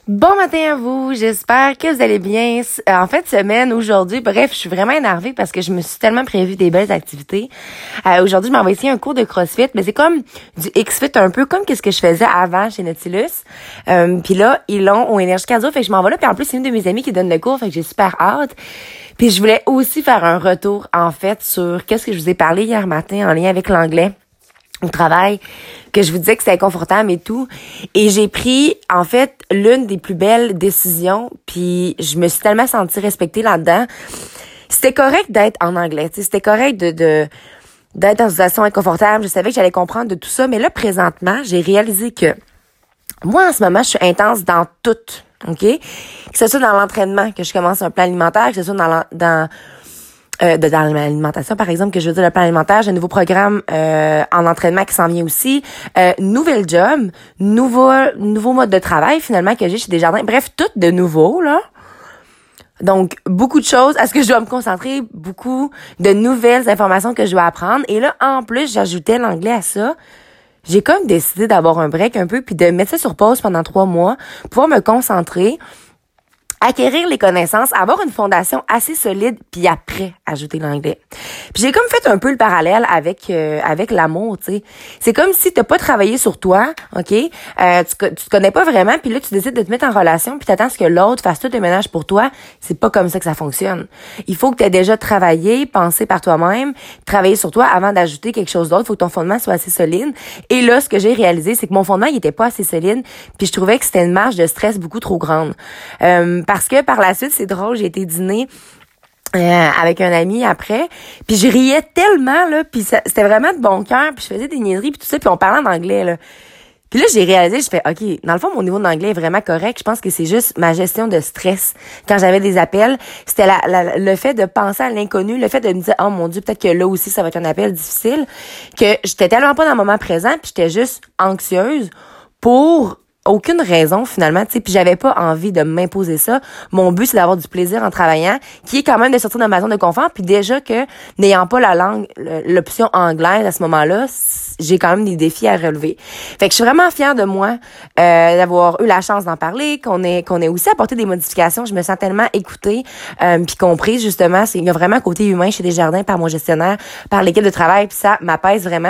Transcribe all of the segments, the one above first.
Bon matin à vous, j'espère que vous allez bien. En fait, semaine, aujourd'hui, bref, je suis vraiment énervée parce que je me suis tellement prévu des belles activités. Aujourd'hui, je m'en vais essayer un cours de CrossFit, mais c'est comme du X-Fit, un peu comme qu'est-ce que je faisais avant chez Nautilus. Puis là, ils l'ont au Énergie Cardio, fait que je m'en vais là, puis en plus, c'est une de mes amies qui donne le cours, fait que j'ai super hâte. Puis je voulais aussi faire un retour, en fait, sur qu'est-ce que je vous ai parlé hier matin en lien avec l'anglais au travail, que je vous disais que c'était inconfortable et tout. Et j'ai pris, en fait, l'une des plus belles décisions, puis je me suis tellement sentie respectée là-dedans. C'était correct d'être en anglais, tu sais, c'était correct d'être dans une situation inconfortable. Je savais que j'allais comprendre de tout ça, mais là, présentement, j'ai réalisé que moi, en ce moment, je suis intense dans tout, OK? Que ce soit dans l'entraînement, que je commence un plan alimentaire, que ce soit dans l'alimentation, par exemple, que je veux dire le plan alimentaire, j'ai un nouveau programme en entraînement qui s'en vient aussi, nouvelle job, nouveau mode de travail finalement que j'ai chez Desjardins. Bref, tout de nouveau, là. Donc, beaucoup de choses à ce que je dois me concentrer, beaucoup de nouvelles informations que je dois apprendre. Et là, en plus, j'ajoutais l'anglais à ça. J'ai comme décidé d'avoir un break un peu puis de mettre ça sur pause pendant 3 mois, pouvoir me concentrer, acquérir les connaissances, avoir une fondation assez solide, puis après, ajouter l'anglais. Puis j'ai comme fait un peu le parallèle avec l'amour, tu sais. C'est comme si t'as pas travaillé sur toi, OK? Tu te connais pas vraiment, puis là, tu décides de te mettre en relation, puis t'attends à ce que l'autre fasse tout le ménage pour toi. C'est pas comme ça que ça fonctionne. Il faut que t'aies déjà travaillé, pensé par toi-même, travaillé sur toi avant d'ajouter quelque chose d'autre. Il faut que ton fondement soit assez solide. Et là, ce que j'ai réalisé, c'est que mon fondement, il était pas assez solide, puis je trouvais que c'était une marge de stress beaucoup trop grande. Parce que par la suite, c'est drôle, j'ai été dîner avec un ami après, puis je riais tellement, là, puis c'était vraiment de bon cœur, puis je faisais des niaiseries, puis tout ça, puis on parlait en anglais, là. Puis là, j'ai réalisé, je fais, OK, dans le fond, mon niveau d'anglais est vraiment correct. Je pense que c'est juste ma gestion de stress. Quand j'avais des appels, c'était le fait de penser à l'inconnu, le fait de me dire, oh mon Dieu, peut-être que là aussi, ça va être un appel difficile, que j'étais tellement pas dans le moment présent, puis j'étais juste anxieuse pour aucune raison finalement, tu sais, puis j'avais pas envie de m'imposer ça. Mon but, c'est d'avoir du plaisir en travaillant, qui est quand même de sortir de ma zone de confort, puis déjà que n'ayant pas la langue, l'option anglaise à ce moment-là, j'ai quand même des défis à relever. Fait que je suis vraiment fière de moi d'avoir eu la chance d'en parler, qu'on ait aussi apporté des modifications. Je me sens tellement écoutée puis comprise justement. Il y a vraiment un côté humain chez Desjardins par mon gestionnaire, par l'équipe de travail, puis ça m'apaise vraiment.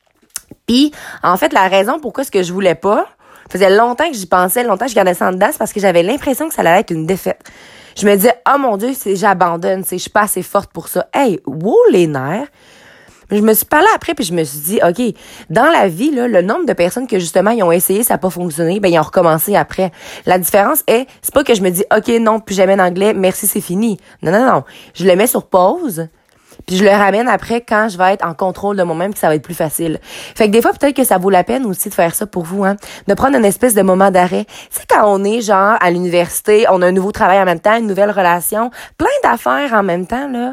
Puis en fait, la raison pourquoi ce que je voulais pas, ça faisait longtemps que j'y pensais, longtemps que je gardais ça en dedans, c'est parce que j'avais l'impression que ça allait être une défaite. Je me disais, oh mon Dieu, j'abandonne, je suis pas assez forte pour ça. Hey, wow, les nerfs! Je me suis parlé après puis je me suis dit, OK, dans la vie, là, le nombre de personnes que justement, ils ont essayé, ça n'a pas fonctionné, ben ils ont recommencé après. La différence est, c'est pas que je me dis, OK, non, plus jamais d'anglais, merci, c'est fini. Non. Je le mets sur pause. Puis je le ramène après quand je vais être en contrôle de moi-même, puis ça va être plus facile. Fait que des fois, peut-être que ça vaut la peine aussi de faire ça pour vous, hein. De prendre une espèce de moment d'arrêt. Tu sais, quand on est genre à l'université, on a un nouveau travail en même temps, une nouvelle relation, plein d'affaires en même temps, là.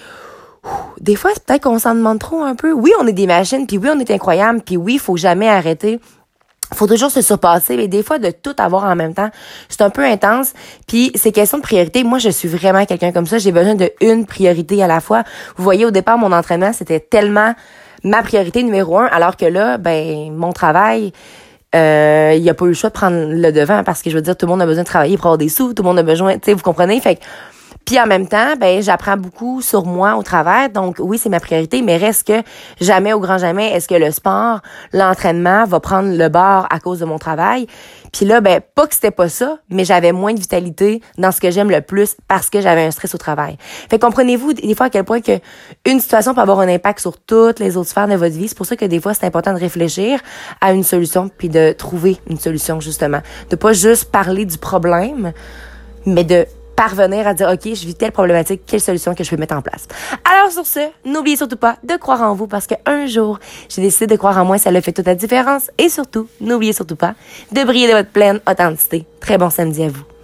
Des fois, c'est peut-être qu'on s'en demande trop un peu. Oui, on est des machines, puis oui, on est incroyable, puis oui, il faut jamais arrêter. Faut toujours se surpasser, mais des fois, de tout avoir en même temps, c'est un peu intense. Puis, c'est question de priorité. Moi, je suis vraiment quelqu'un comme ça. J'ai besoin de une priorité à la fois. Vous voyez, au départ, mon entraînement, c'était tellement ma priorité numéro 1, alors que là, ben, mon travail, il y a pas eu le choix de prendre le devant parce que je veux dire, tout le monde a besoin de travailler pour avoir des sous. Tout le monde a besoin, tu sais, vous comprenez? Fait que, puis en même temps, ben j'apprends beaucoup sur moi au travers. Donc oui, c'est ma priorité, mais reste que jamais au grand jamais est-ce que le sport, l'entraînement va prendre le bord à cause de mon travail. Puis là, ben pas que c'était pas ça, mais j'avais moins de vitalité dans ce que j'aime le plus parce que j'avais un stress au travail. Fait comprenez-vous des fois à quel point que une situation peut avoir un impact sur toutes les autres sphères de votre vie. C'est pour ça que des fois c'est important de réfléchir à une solution puis de trouver une solution justement, de pas juste parler du problème, mais de parvenir à dire, OK, je vis telle problématique, quelle solution que je peux mettre en place. Alors, sur ce, n'oubliez surtout pas de croire en vous parce qu'un jour, j'ai décidé de croire en moi, ça a fait toute la différence. Et surtout, n'oubliez surtout pas de briller de votre pleine authenticité. Très bon samedi à vous.